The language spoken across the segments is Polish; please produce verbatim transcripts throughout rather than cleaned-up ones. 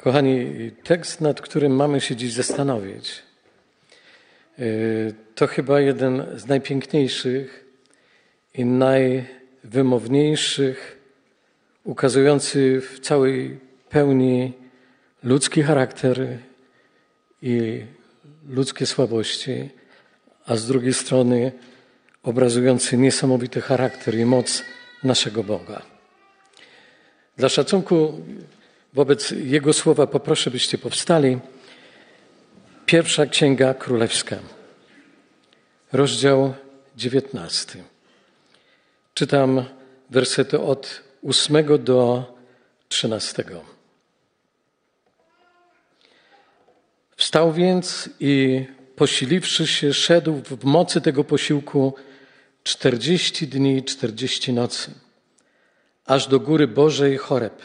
Kochani, tekst, nad którym mamy się dziś zastanowić, to chyba jeden z najpiękniejszych i najwymowniejszych, ukazujący w całej pełni ludzki charakter i ludzkie słabości, a z drugiej strony obrazujący niesamowity charakter i moc naszego Boga. Dla szacunku wobec Jego słowa poproszę, byście powstali. Pierwsza Księga Królewska, rozdział dziewiętnasty. Czytam wersety od ósmego do trzynastego. Wstał więc i posiliwszy się, szedł w mocy tego posiłku czterdzieści dni i czterdzieści nocy, aż do góry Bożej Choreb.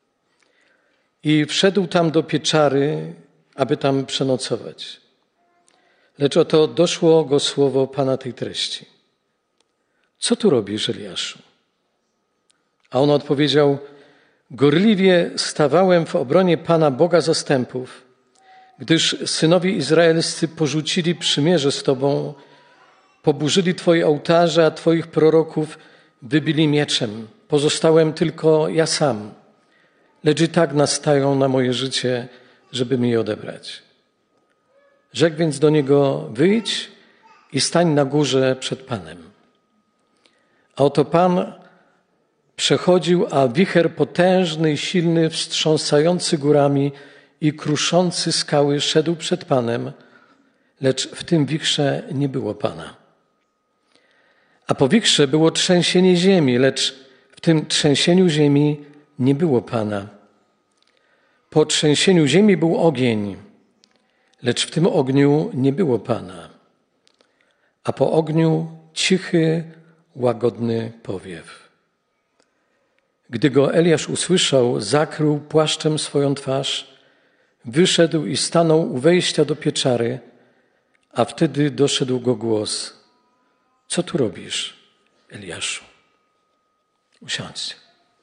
I wszedł tam do pieczary, aby tam przenocować. Lecz oto doszło go słowo Pana tej treści. Co tu robisz, Eliaszu? A on odpowiedział, gorliwie stawałem w obronie Pana Boga zastępów, gdyż synowie izraelscy porzucili przymierze z Tobą, poburzyli Twoje ołtarze, a Twoich proroków wybili mieczem. Pozostałem tylko ja sam, lecz i tak nastają na moje życie, żeby mi je odebrać. Rzekł więc do niego, wyjdź i stań na górze przed Panem. A oto Pan przechodził, a wicher potężny i silny, wstrząsający górami i kruszący skały szedł przed Panem, lecz w tym wichrze nie było Pana. A po wichrze było trzęsienie ziemi, lecz w tym trzęsieniu ziemi nie było Pana. Po trzęsieniu ziemi był ogień, lecz w tym ogniu nie było Pana. A po ogniu cichy, łagodny powiew. Gdy go Eliasz usłyszał, zakrył płaszczem swoją twarz, wyszedł i stanął u wejścia do pieczary, a wtedy doszedł go głos. Co tu robisz, Eliaszu? Usiądźcie.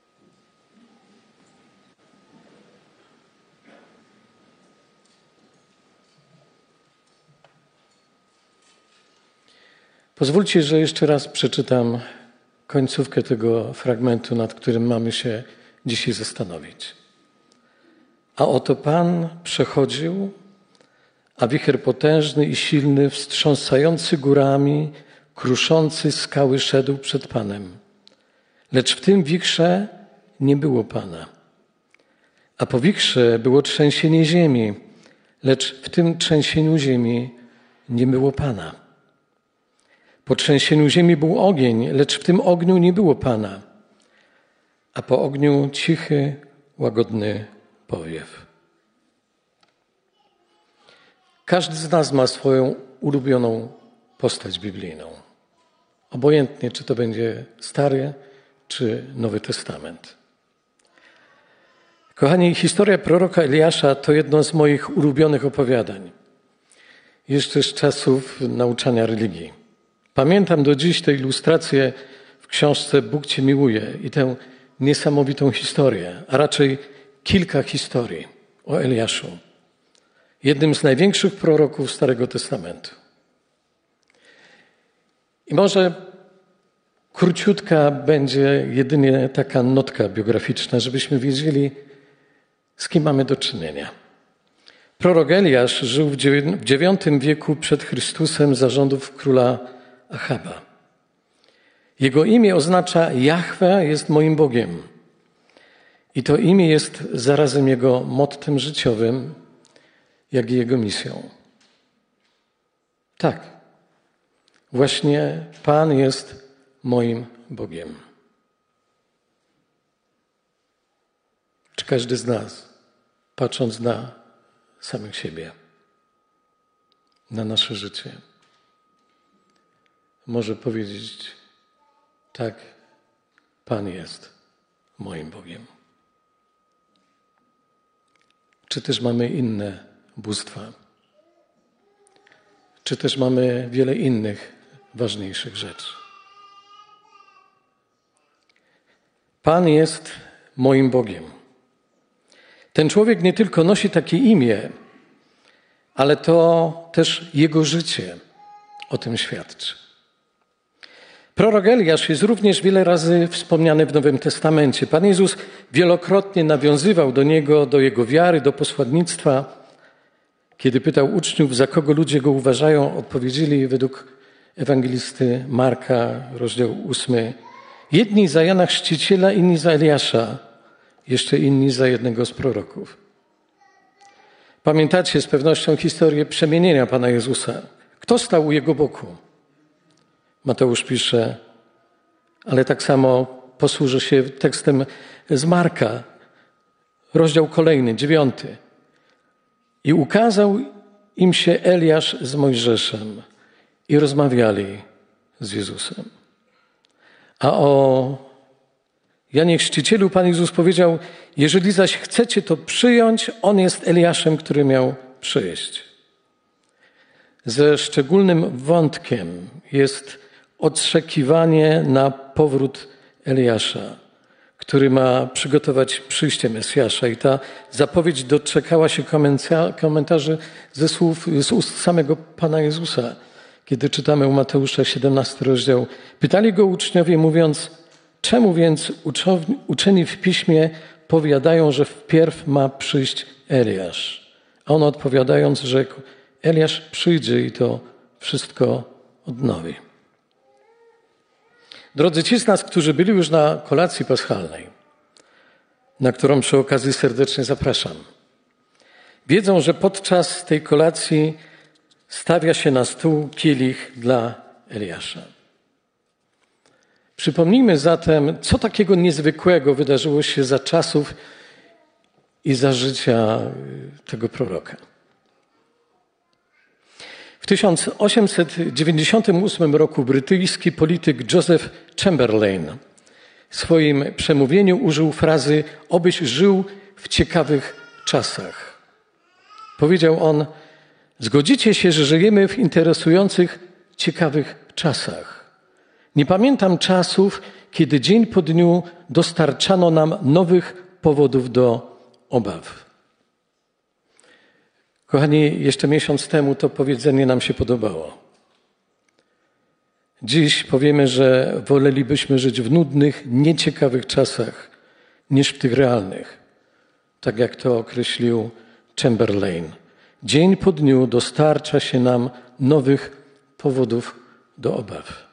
Pozwólcie, że jeszcze raz przeczytam końcówkę tego fragmentu, nad którym mamy się dzisiaj zastanowić. A oto Pan przechodził, a wicher potężny i silny, wstrząsający górami, kruszący skały szedł przed Panem. Lecz w tym wichrze nie było Pana. A po wichrze było trzęsienie ziemi, lecz w tym trzęsieniu ziemi nie było Pana. Po trzęsieniu ziemi był ogień, lecz w tym ogniu nie było Pana. A po ogniu cichy, łagodny powiew. Każdy z nas ma swoją ulubioną postać biblijną. Obojętnie, czy to będzie Stary, czy Nowy Testament. Kochani, historia proroka Eliasza to jedno z moich ulubionych opowiadań. Jeszcze z czasów nauczania religii. Pamiętam do dziś tę ilustrację w książce Bóg Cię miłuje i tę niesamowitą historię, a raczej kilka historii o Eliaszu, jednym z największych proroków Starego Testamentu. I może króciutka będzie jedynie taka notka biograficzna, żebyśmy wiedzieli, z kim mamy do czynienia. Prorok Eliasz żył w dziewiątym wieku przed Chrystusem za rządów króla Achaba. Jego imię oznacza Jahwe jest moim Bogiem. I to imię jest zarazem jego mottem życiowym, jak i jego misją. Tak, właśnie Pan jest moim Bogiem. Czy każdy z nas, patrząc na samych siebie, na nasze życie, może powiedzieć, tak, Pan jest moim Bogiem. Czy też mamy inne bóstwa? Czy też mamy wiele innych ważniejszych rzeczy? Pan jest moim Bogiem. Ten człowiek nie tylko nosi takie imię, ale to też jego życie o tym świadczy. Prorok Eliasz jest również wiele razy wspomniany w Nowym Testamencie. Pan Jezus wielokrotnie nawiązywał do niego, do jego wiary, do posłannictwa. Kiedy pytał uczniów, za kogo ludzie go uważają, odpowiedzieli według ewangelisty Marka, rozdział ósmy. Jedni za Jana Chrzciciela, inni za Eliasza, jeszcze inni za jednego z proroków. Pamiętacie z pewnością historię przemienienia Pana Jezusa. Kto stał u Jego boku? Mateusz pisze, ale tak samo posłużę się tekstem z Marka, rozdział kolejny, dziewiąty. I ukazał im się Eliasz z Mojżeszem i rozmawiali z Jezusem. A o Janie Chrzcicielu Pan Jezus powiedział, jeżeli zaś chcecie to przyjąć, On jest Eliaszem, który miał przyjść. Ze szczególnym wątkiem jest oczekiwanie na powrót Eliasza, który ma przygotować przyjście Mesjasza. I ta zapowiedź doczekała się komentarzy ze słów, z ust samego Pana Jezusa. Kiedy czytamy u Mateusza siedemnasty rozdział, pytali go uczniowie mówiąc, czemu więc uczeni w Piśmie powiadają, że wpierw ma przyjść Eliasz? A on odpowiadając rzekł, Eliasz przyjdzie i to wszystko odnowi. Drodzy, ci z nas, którzy byli już na kolacji paschalnej, na którą przy okazji serdecznie zapraszam, wiedzą, że podczas tej kolacji stawia się na stół kielich dla Eliasza. Przypomnijmy zatem, co takiego niezwykłego wydarzyło się za czasów i za życia tego proroka. W tysiąc osiemset dziewięćdziesiątym ósmym roku brytyjski polityk Joseph Chamberlain w swoim przemówieniu użył frazy obyś żył w ciekawych czasach. Powiedział on, zgodzicie się, że żyjemy w interesujących, ciekawych czasach. Nie pamiętam czasów, kiedy dzień po dniu dostarczano nam nowych powodów do obaw. Kochani, jeszcze miesiąc temu to powiedzenie nam się podobało. Dziś powiemy, że wolelibyśmy żyć w nudnych, nieciekawych czasach niż w tych realnych. Tak jak to określił Chamberlain. Dzień po dniu dostarcza się nam nowych powodów do obaw.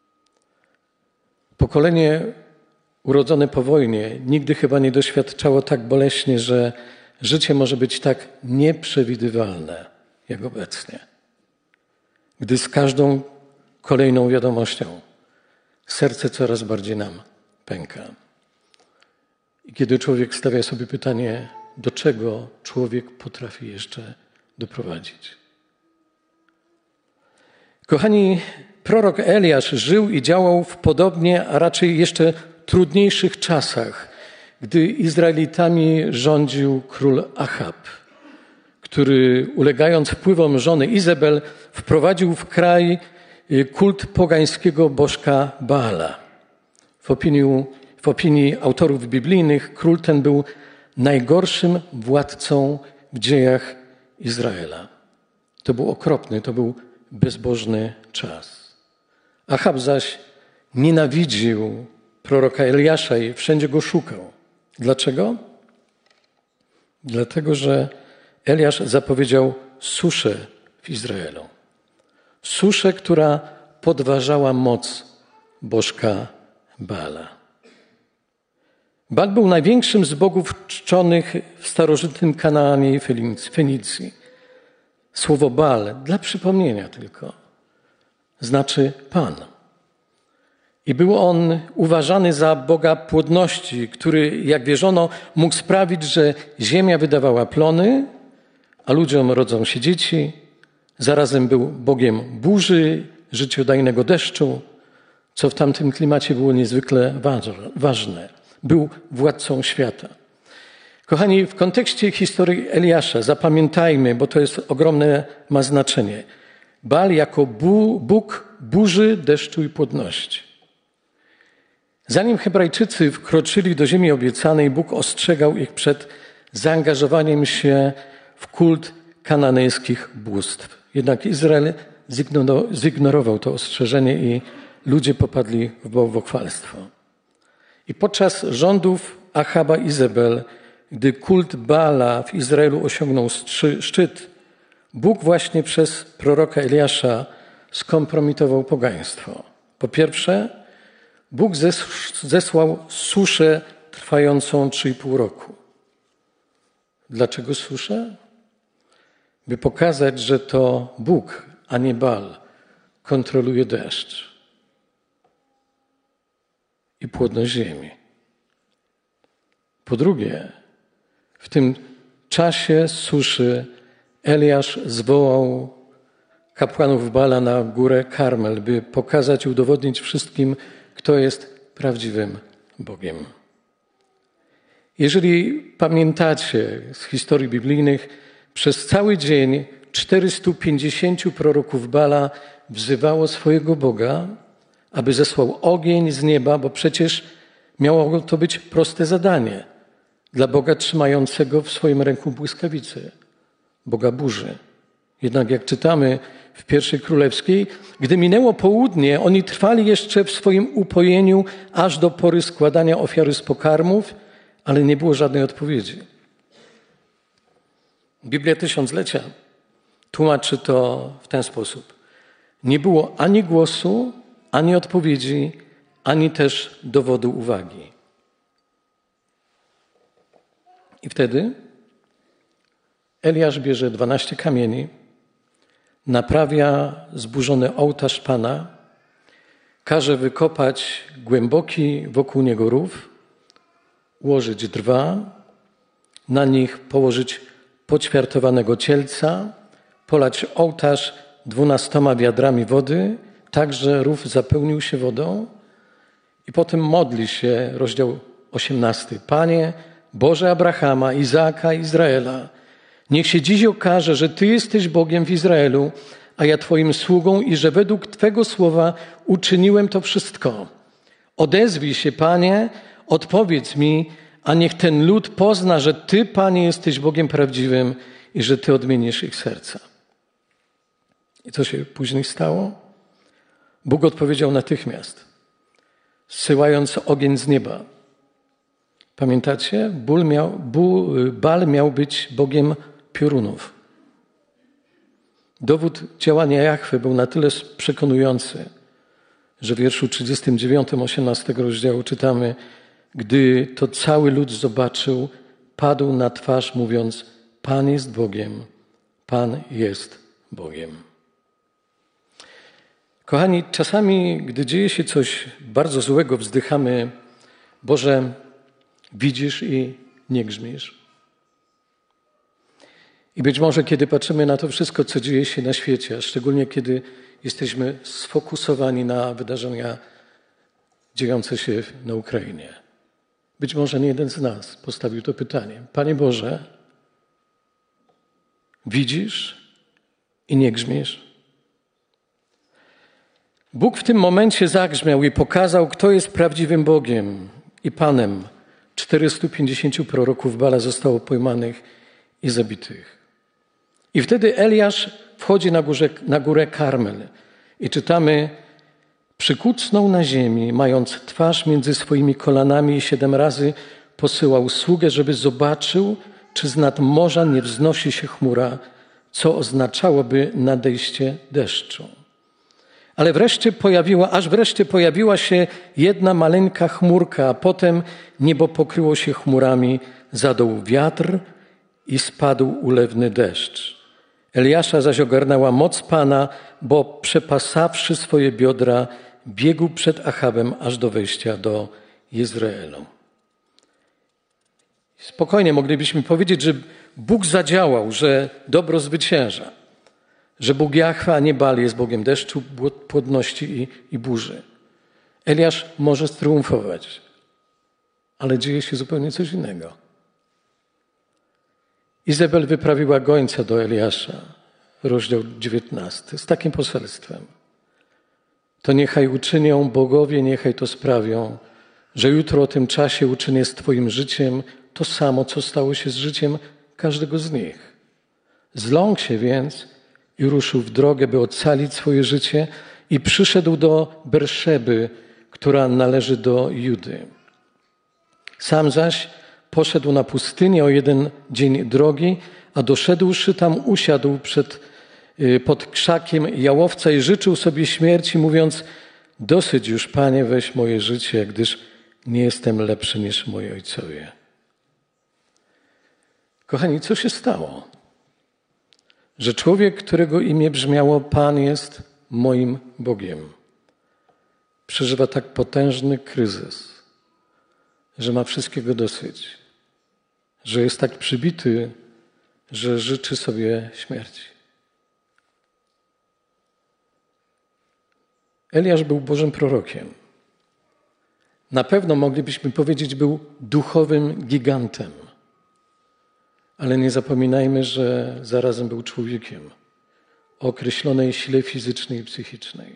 Pokolenie urodzone po wojnie nigdy chyba nie doświadczało tak boleśnie, że życie może być tak nieprzewidywalne jak obecnie. Gdy z każdą kolejną wiadomością serce coraz bardziej nam pęka. I kiedy człowiek stawia sobie pytanie, do czego człowiek potrafi jeszcze doprowadzić. Kochani, prorok Eliasz żył i działał w podobnie, a raczej jeszcze trudniejszych czasach, gdy Izraelitami rządził król Achab, który ulegając wpływom żony Izabel wprowadził w kraj kult pogańskiego bożka Baala. W opinii, w opinii autorów biblijnych król ten był najgorszym władcą w dziejach Izraela. To był okropny, to był bezbożny czas. Achab zaś nienawidził proroka Eliasza i wszędzie go szukał. Dlaczego? Dlatego, że Eliasz zapowiedział suszę w Izraelu. Suszę, która podważała moc bożka Baala. Baal był największym z bogów czczonych w starożytnym Kanaanie i Fenicji. Słowo Baal, dla przypomnienia tylko, znaczy Pan. I był on uważany za Boga płodności, który, jak wierzono, mógł sprawić, że ziemia wydawała plony, a ludziom rodzą się dzieci. Zarazem był Bogiem burzy, życiodajnego deszczu, co w tamtym klimacie było niezwykle ważne. Był władcą świata. Kochani, w kontekście historii Eliasza zapamiętajmy, bo to jest ogromne, ma znaczenie. Baal jako Bóg burzy, deszczu i płodności. Zanim Hebrajczycy wkroczyli do ziemi obiecanej, Bóg ostrzegał ich przed zaangażowaniem się w kult kananejskich bóstw. Jednak Izrael zignorował to ostrzeżenie i ludzie popadli w bałwochwalstwo. I podczas rządów Achaba i Izabel, gdy kult Baala w Izraelu osiągnął szczyt, Bóg właśnie przez proroka Eliasza skompromitował pogaństwo. Po pierwsze, Bóg zesłał suszę trwającą trzy i pół roku. Dlaczego suszę? By pokazać, że to Bóg, a nie Baal, kontroluje deszcz i płodność ziemi. Po drugie, w tym czasie suszy Eliasz zwołał kapłanów Baala na górę Karmel, by pokazać i udowodnić wszystkim, kto jest prawdziwym Bogiem. Jeżeli pamiętacie z historii biblijnych, przez cały dzień czterystu pięćdziesięciu proroków Baala wzywało swojego Boga, aby zesłał ogień z nieba, bo przecież miało to być proste zadanie dla Boga trzymającego w swoim ręku błyskawicy, Boga burzy. Jednak jak czytamy w pierwszej Królewskiej, gdy minęło południe, oni trwali jeszcze w swoim upojeniu aż do pory składania ofiary z pokarmów, ale nie było żadnej odpowiedzi. Biblia Tysiąclecia tłumaczy to w ten sposób. Nie było ani głosu, ani odpowiedzi, ani też dowodu uwagi. I wtedy Eliasz bierze dwanaście kamieni, naprawia zburzony ołtarz Pana, każe wykopać głęboki wokół niego rów, ułożyć drwa, na nich położyć poćwiartowanego cielca, polać ołtarz dwunastoma wiadrami wody, tak że rów zapełnił się wodą i potem modli się, rozdział osiemnasty. Panie, Boże Abrahama, Izaaka i Izraela, niech się dziś okaże, że Ty jesteś Bogiem w Izraelu, a ja Twoim sługą i że według Twego słowa uczyniłem to wszystko. Odezwij się, Panie, odpowiedz mi, a niech ten lud pozna, że Ty, Panie, jesteś Bogiem prawdziwym i że Ty odmienisz ich serca. I co się później stało? Bóg odpowiedział natychmiast, zsyłając ogień z nieba. Pamiętacie? Ból miał, ból, Baal miał być Bogiem piorunów. Dowód działania Jahwe był na tyle przekonujący, że w wierszu trzydziestym dziewiątym osiemnastego rozdziału czytamy: gdy to cały lud zobaczył, padł na twarz, mówiąc: Pan jest Bogiem, Pan jest Bogiem. Kochani, czasami, gdy dzieje się coś bardzo złego, wzdychamy: Boże, widzisz i nie grzmisz. I być może, kiedy patrzymy na to wszystko, co dzieje się na świecie, a szczególnie kiedy jesteśmy sfokusowani na wydarzenia dziejące się na Ukrainie, być może nie jeden z nas postawił to pytanie: Panie Boże, widzisz i nie grzmisz? Bóg w tym momencie zagrzmiał i pokazał, kto jest prawdziwym Bogiem i Panem. czterystu pięćdziesięciu proroków Baala zostało pojmanych i zabitych. I wtedy Eliasz wchodzi na, górze, na górę Karmel i czytamy: przykucnął na ziemi, mając twarz między swoimi kolanami i siedem razy posyłał sługę, żeby zobaczył, czy z nad morza nie wznosi się chmura, co oznaczałoby nadejście deszczu. Ale wreszcie pojawiła, aż wreszcie pojawiła się jedna maleńka chmurka, a potem niebo pokryło się chmurami, zadął wiatr i spadł ulewny deszcz. Eliasza zaś ogarnęła moc Pana, bo przepasawszy swoje biodra, biegł przed Achabem aż do wejścia do Jezreelu. Spokojnie moglibyśmy powiedzieć, że Bóg zadziałał, że dobro zwycięża, że Bóg Jahwe, a nie Baal, jest Bogiem deszczu, płodności i, i burzy. Eliasz może triumfować, ale dzieje się zupełnie coś innego. Izabel wyprawiła gońca do Eliasza, rozdział dziewiętnasty, z takim poselstwem: to niechaj uczynią bogowie, niechaj to sprawią, że jutro o tym czasie uczynię z Twoim życiem to samo, co stało się z życiem każdego z nich. Zląkł się więc i ruszył w drogę, by ocalić swoje życie i przyszedł do Berszeby, która należy do Judy. Sam zaś poszedł na pustynię o jeden dzień drogi, a doszedłszy tam usiadł przed, pod krzakiem jałowca i życzył sobie śmierci, mówiąc: dosyć już, Panie, weź moje życie, gdyż nie jestem lepszy niż moi ojcowie. Kochani, co się stało? Że człowiek, którego imię brzmiało Pan jest moim Bogiem, przeżywa tak potężny kryzys, że ma wszystkiego dosyć, że jest tak przybity, że życzy sobie śmierci. Eliasz był Bożym prorokiem. Na pewno moglibyśmy powiedzieć, był duchowym gigantem. Ale nie zapominajmy, że zarazem był człowiekiem o określonej sile fizycznej i psychicznej.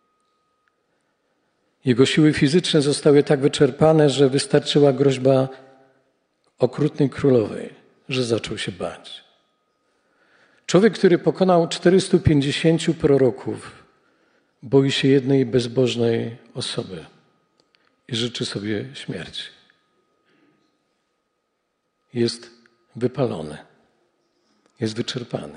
Jego siły fizyczne zostały tak wyczerpane, że wystarczyła groźba okrutnej królowej, że zaczął się bać. Człowiek, który pokonał czterystu pięćdziesięciu proroków, boi się jednej bezbożnej osoby i życzy sobie śmierci. Jest wypalony, jest wyczerpany.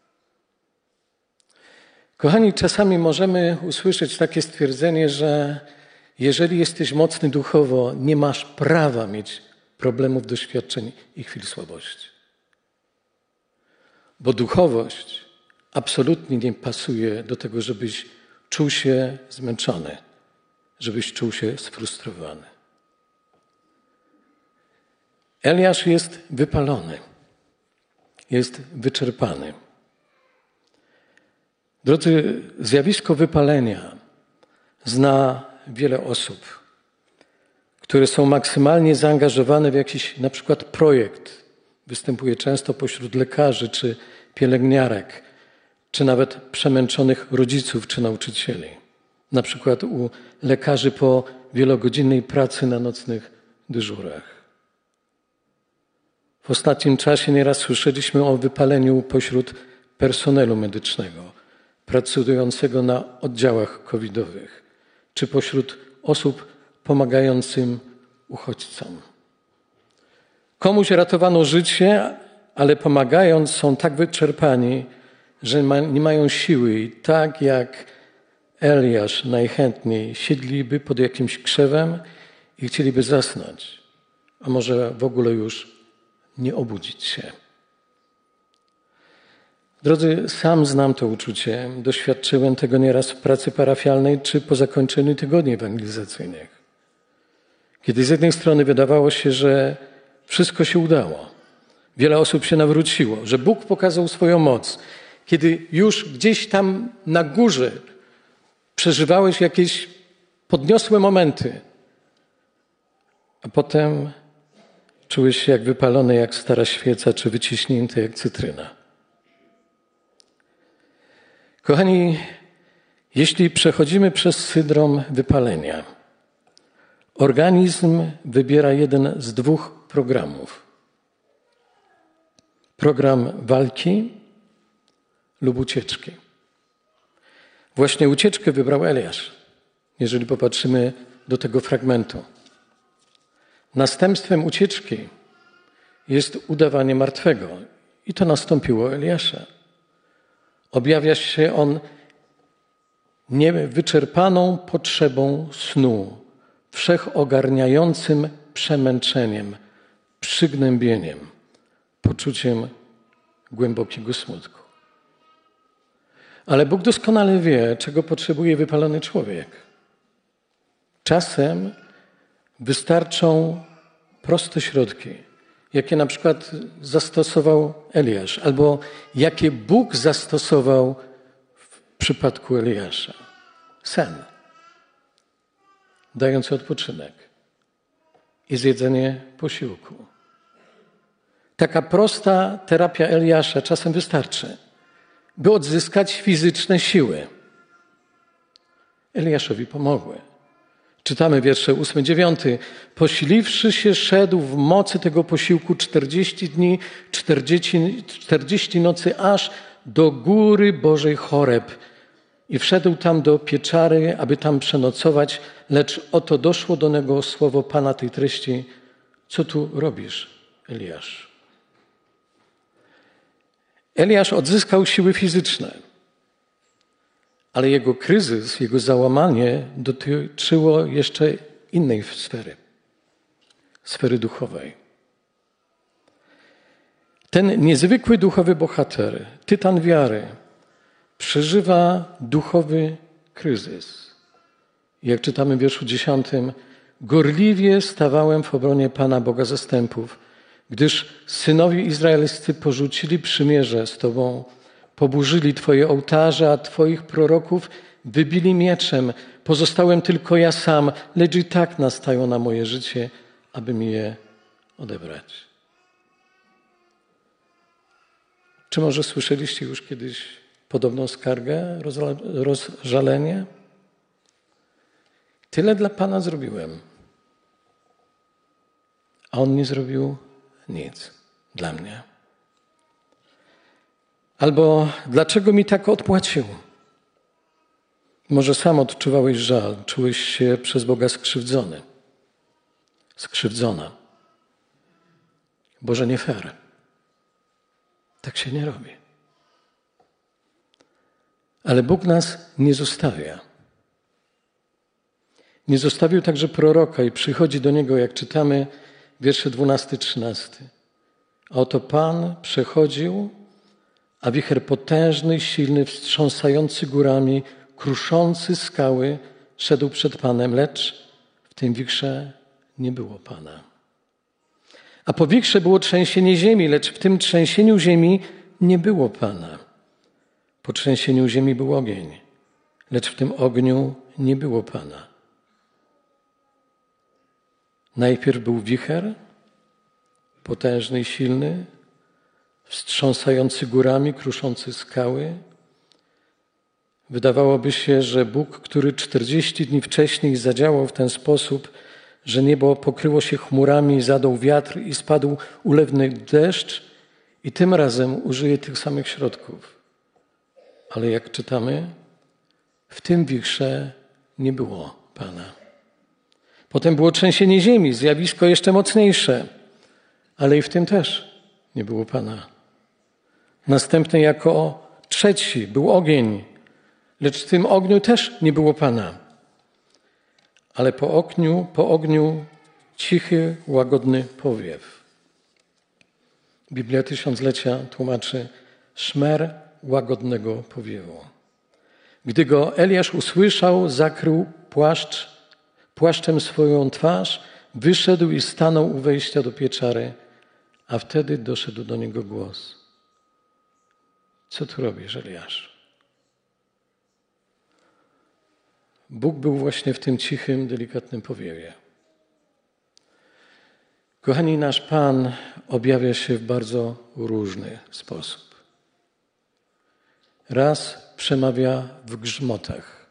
Kochani, czasami możemy usłyszeć takie stwierdzenie, że jeżeli jesteś mocny duchowo, nie masz prawa mieć problemów, doświadczeń i chwil słabości. Bo duchowość absolutnie nie pasuje do tego, żebyś czuł się zmęczony, żebyś czuł się sfrustrowany. Eliasz jest wypalony, jest wyczerpany. Drodzy, zjawisko wypalenia zna wiele osób, które są maksymalnie zaangażowane w jakiś na przykład projekt. Występuje często pośród lekarzy czy pielęgniarek, czy nawet przemęczonych rodziców czy nauczycieli. Na przykład u lekarzy po wielogodzinnej pracy na nocnych dyżurach. W ostatnim czasie nieraz słyszeliśmy o wypaleniu pośród personelu medycznego, pracującego na oddziałach covidowych, czy pośród osób pomagającym uchodźcom. Komuś ratowano życie, ale pomagając są tak wyczerpani, że nie mają siły i tak jak Eliasz najchętniej siedliby pod jakimś krzewem i chcieliby zasnąć, a może w ogóle już nie obudzić się. Drodzy, sam znam to uczucie. Doświadczyłem tego nieraz w pracy parafialnej czy po zakończeniu tygodni ewangelizacyjnych. Kiedy z jednej strony wydawało się, że wszystko się udało, wiele osób się nawróciło, że Bóg pokazał swoją moc. Kiedy już gdzieś tam na górze przeżywałeś jakieś podniosłe momenty, a potem czułeś się jak wypalony, jak stara świeca, czy wyciśnięty jak cytryna. Kochani, jeśli przechodzimy przez syndrom wypalenia, organizm wybiera jeden z dwóch programów. Program walki lub ucieczki. Właśnie ucieczkę wybrał Eliasz, jeżeli popatrzymy do tego fragmentu. Następstwem ucieczki jest udawanie martwego. I to nastąpiło Eliasza. Objawia się on niewyczerpaną potrzebą snu, wszechogarniającym przemęczeniem, przygnębieniem, poczuciem głębokiego smutku. Ale Bóg doskonale wie, czego potrzebuje wypalony człowiek. Czasem wystarczą proste środki, jakie na przykład zastosował Eliasz, albo jakie Bóg zastosował w przypadku Eliasza. Sen, dający odpoczynek i zjedzenie posiłku. Taka prosta terapia Eliasza czasem wystarczy, by odzyskać fizyczne siły. Eliaszowi pomogły. Czytamy wiersze ósmy, dziewiąty. Posiliwszy się, szedł w mocy tego posiłku czterdzieści dni, czterdzieści, czterdzieści nocy, aż do góry Bożej Choreb. I wszedł tam do pieczary, aby tam przenocować, lecz oto doszło do niego słowo Pana tej treści: co tu robisz, Eliasz? Eliasz odzyskał siły fizyczne, ale jego kryzys, jego załamanie dotyczyło jeszcze innej sfery, sfery duchowej. Ten niezwykły duchowy bohater, tytan wiary, przeżywa duchowy kryzys. Jak czytamy w wierszu dziesiątym, gorliwie stawałem w obronie Pana Boga zastępów, gdyż synowie izraelscy porzucili przymierze z Tobą, poburzyli Twoje ołtarze, a Twoich proroków wybili mieczem. Pozostałem tylko ja sam, lecz i tak nastają na moje życie, aby mi je odebrać. Czy może słyszeliście już kiedyś podobną skargę, rozżalenie? Tyle dla Pana zrobiłem, a On nie zrobił nic dla mnie. Albo dlaczego mi tak odpłacił? Może sam odczuwałeś żal, czułeś się przez Boga skrzywdzony, skrzywdzona. Boże, nie fair. Tak się nie robi. Ale Bóg nas nie zostawia. Nie zostawił także proroka i przychodzi do niego, jak czytamy, wiersze dwunasty, trzynasty. A oto Pan przechodził, a wicher potężny, silny, wstrząsający górami, kruszący skały, szedł przed Panem, lecz w tym wichrze nie było Pana. A po wichrze było trzęsienie ziemi, lecz w tym trzęsieniu ziemi nie było Pana. Po trzęsieniu ziemi był ogień, lecz w tym ogniu nie było Pana. Najpierw był wicher, potężny i silny, wstrząsający górami, kruszący skały. Wydawałoby się, że Bóg, który czterdzieści dni wcześniej zadziałał w ten sposób, że niebo pokryło się chmurami, zadął wiatr i spadł ulewny deszcz, i tym razem użyje tych samych środków. Ale jak czytamy, w tym wichrze nie było Pana. Potem było trzęsienie ziemi, zjawisko jeszcze mocniejsze, ale i w tym też nie było Pana. Następny jako trzeci był ogień, lecz w tym ogniu też nie było Pana. Ale po ogniu, po ogniu cichy, łagodny powiew. Biblia Tysiąclecia tłumaczy szmer łagodnego powiewu. Gdy go Eliasz usłyszał, zakrył płaszcz, płaszczem swoją twarz, wyszedł i stanął u wejścia do pieczary, a wtedy doszedł do niego głos. Co tu robisz, Eliasz? Bóg był właśnie w tym cichym, delikatnym powiewie. Kochani, nasz Pan objawia się w bardzo różny sposób. Raz przemawia w grzmotach,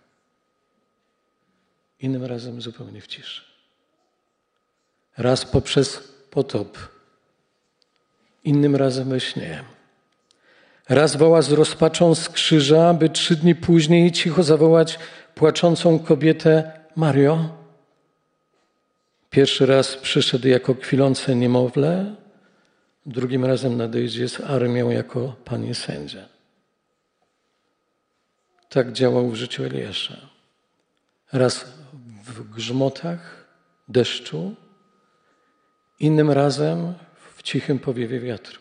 innym razem zupełnie w ciszy. Raz poprzez potop, innym razem we śnie. Raz woła z rozpaczą z krzyża, by trzy dni później cicho zawołać płaczącą kobietę Mario. Pierwszy raz przyszedł jako kwilące niemowlę, drugim razem nadejdzie z armią jako Panie sędzia. Tak działał w życiu Eliasza. Raz w grzmotach deszczu, innym razem w cichym powiewie wiatru.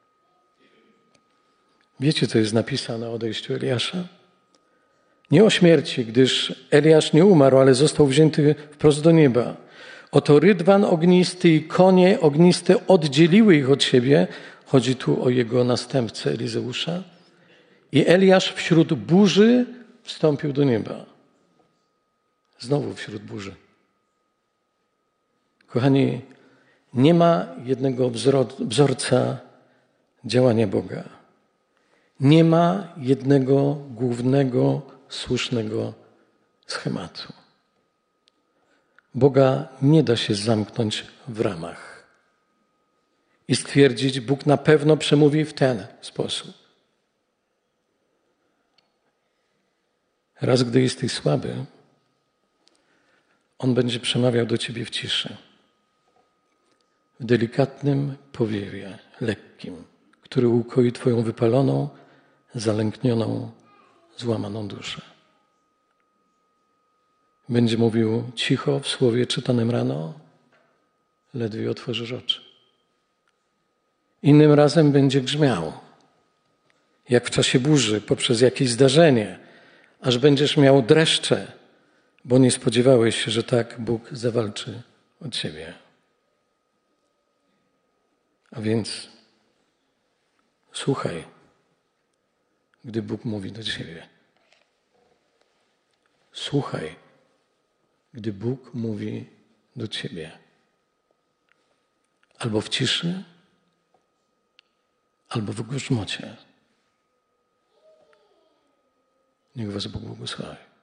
Wiecie, co jest napisane o odejściu Eliasza? Nie o śmierci, gdyż Eliasz nie umarł, ale został wzięty wprost do nieba. Oto rydwan ognisty i konie ogniste oddzieliły ich od siebie. Chodzi tu o jego następcę Elizeusza. I Eliasz wśród burzy wstąpił do nieba. Znowu wśród burzy. Kochani, nie ma jednego wzorca działania Boga. Nie ma jednego głównego, słusznego schematu. Boga nie da się zamknąć w ramach i stwierdzić, Bóg na pewno przemówi w ten sposób. Raz, gdy jesteś słaby, On będzie przemawiał do ciebie w ciszy, w delikatnym powiewie, lekkim, który ukoi twoją wypaloną, zalęknioną, złamaną duszę. Będzie mówił cicho w słowie czytanym rano, ledwie otworzysz oczy. Innym razem będzie grzmiał, jak w czasie burzy, poprzez jakieś zdarzenie, aż będziesz miał dreszcze, bo nie spodziewałeś się, że tak Bóg zawalczy o ciebie. A więc słuchaj, gdy Bóg mówi do ciebie. Słuchaj, gdy Bóg mówi do ciebie. Albo w ciszy, albo w grzmocie. Niech was Bóg błogosławi.